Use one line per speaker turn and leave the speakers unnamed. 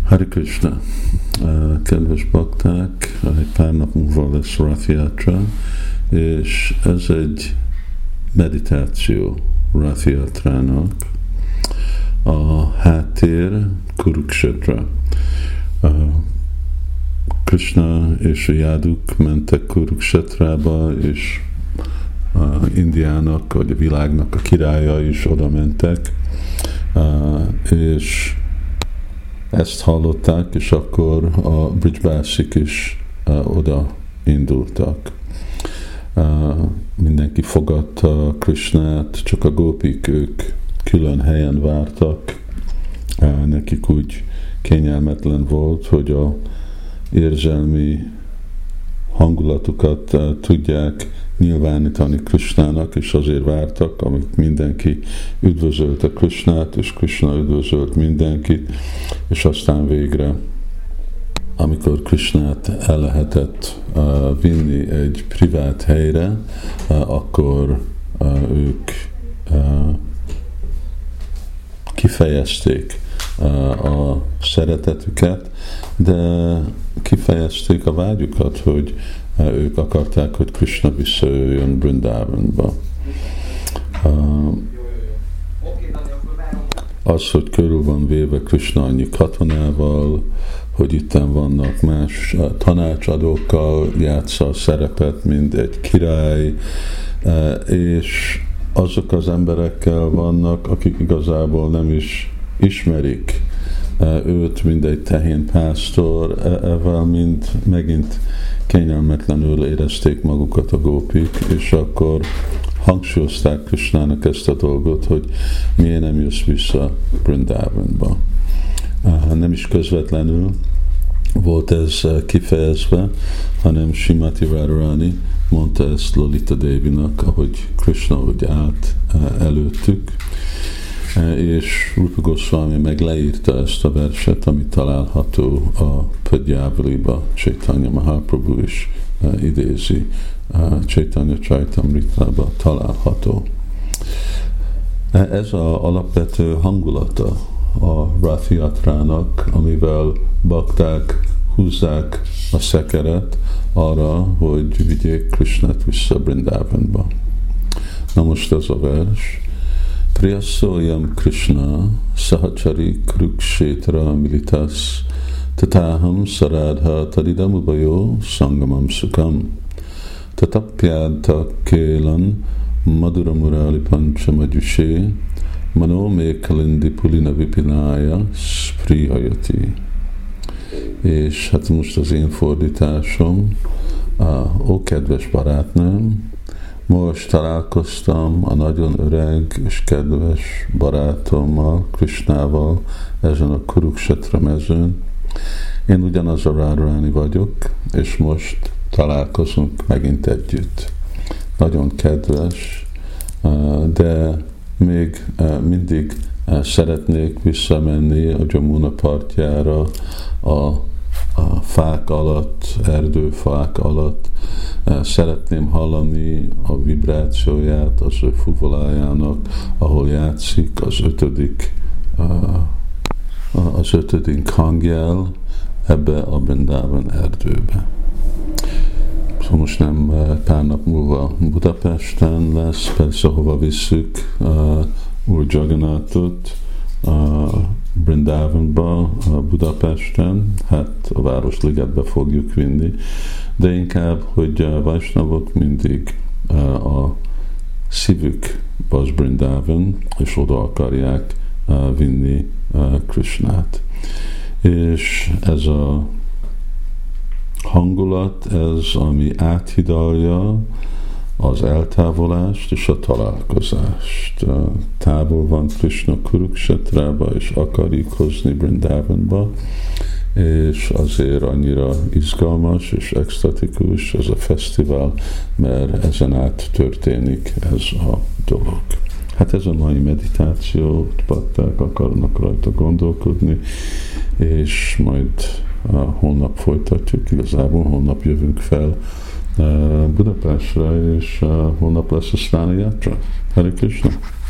Hare Krishna! Kedves bakták, egy pár nap múlva lesz Rath Yatra, és ez egy meditáció Rath Yatrának. A háttér Kurukshetra. Krishna és a jáduk mentek Kurukshetrába, és Indiának, vagy a világnak a királya is oda mentek, és ezt hallották, és akkor a Brijbásik is oda indultak. Mindenki fogadta Krishnát, csak a gópik, ők külön helyen vártak. Nekik úgy kényelmetlen volt, hogy a érzelmi hangulatukat tudják nyilvánítani Krishnának, és azért vártak, amíg mindenki üdvözölte Krishnát, és Krishna üdvözölt mindenkit, és aztán végre, amikor Krishnát el lehetett vinni egy privát helyre, akkor ők kifejezték a szeretetüket, de kifejezték a vágyukat, hogy ők akarták, hogy Krishna visszajöjjön Brindavanba. Az, hogy körül van véve Krishna annyi katonával, hogy itten vannak más tanácsadókkal, játsza a szerepet, mint egy király, és azok az emberekkel vannak, akik igazából nem is ismerik őt, mint egy tehénpásztor, ezzel mind megint kényelmetlenül érezték magukat a gópik, és akkor hangsúlyozták Krishnának ezt a dolgot, hogy miért nem jössz vissza Brindavanba. Nem is közvetlenül volt ez kifejezve, hanem Srimati Radharani mondta ezt Lalita Devinak, ahogy Krishna úgy állt előttük, és Rupa Goswami meg leírta ezt a verset, ami található a Padjavaliba, Chaitanya Mahaprabhu is idézi, Chaitanya Charitamrita-ba található. Ez az alapvető hangulata a Rath Yatrának, amivel bakták húzzák a szekeret arra, hogy vigyék Krishnát vissza Brindavanba. Na most ez a vers. Priyasoyam Krishna sahachari Kurukshetra militas tataham saradha tadidam ubayo sangamam sukam tatapyadta kélan maduramurali panchamajushe mano mekalindi pulina vipinaya sprihayati. És hát most az én fordításom, ó kedves barátnőm, most találkoztam a nagyon öreg és kedves barátommal, Krishnával ezen a Kurukshetra mezőn. Én ugyanaz a Radharani vagyok, és most találkozunk megint együtt. Nagyon kedves, de még mindig szeretnék visszamenni a Jamuna partjára, a fák alatt, erdőfák alatt. Szeretném hallani a vibrációját az ő fuvolájának, ahol játszik az ötödik hangjel ebbe a Brindavan erdőbe. Szóval most nem pár nap múlva Budapesten lesz, persze hova visszük Úr Jagannathot, Brindavanba, Budapesten, hát a Városligetbe fogjuk vinni, de inkább, hogy Vaisnavok mindig a szívük az Brindavan, és oda akarják vinni Krishnát. És ez a hangulat, ez ami áthidalja az eltávolást és a találkozást. Távol van Krishna Kurukshetrába, és akarjuk hozni Brindavanba, és azért annyira izgalmas és extatikus ez a fesztivál, mert ezen át történik ez a dolog. Hát ez a mai meditáció, bakták akarnak rajta gondolkodni, és majd holnap folytatjuk, igazából holnap jövünk fel Budapestre, és holnap lesz a Snána Yatra. Hare Krishna!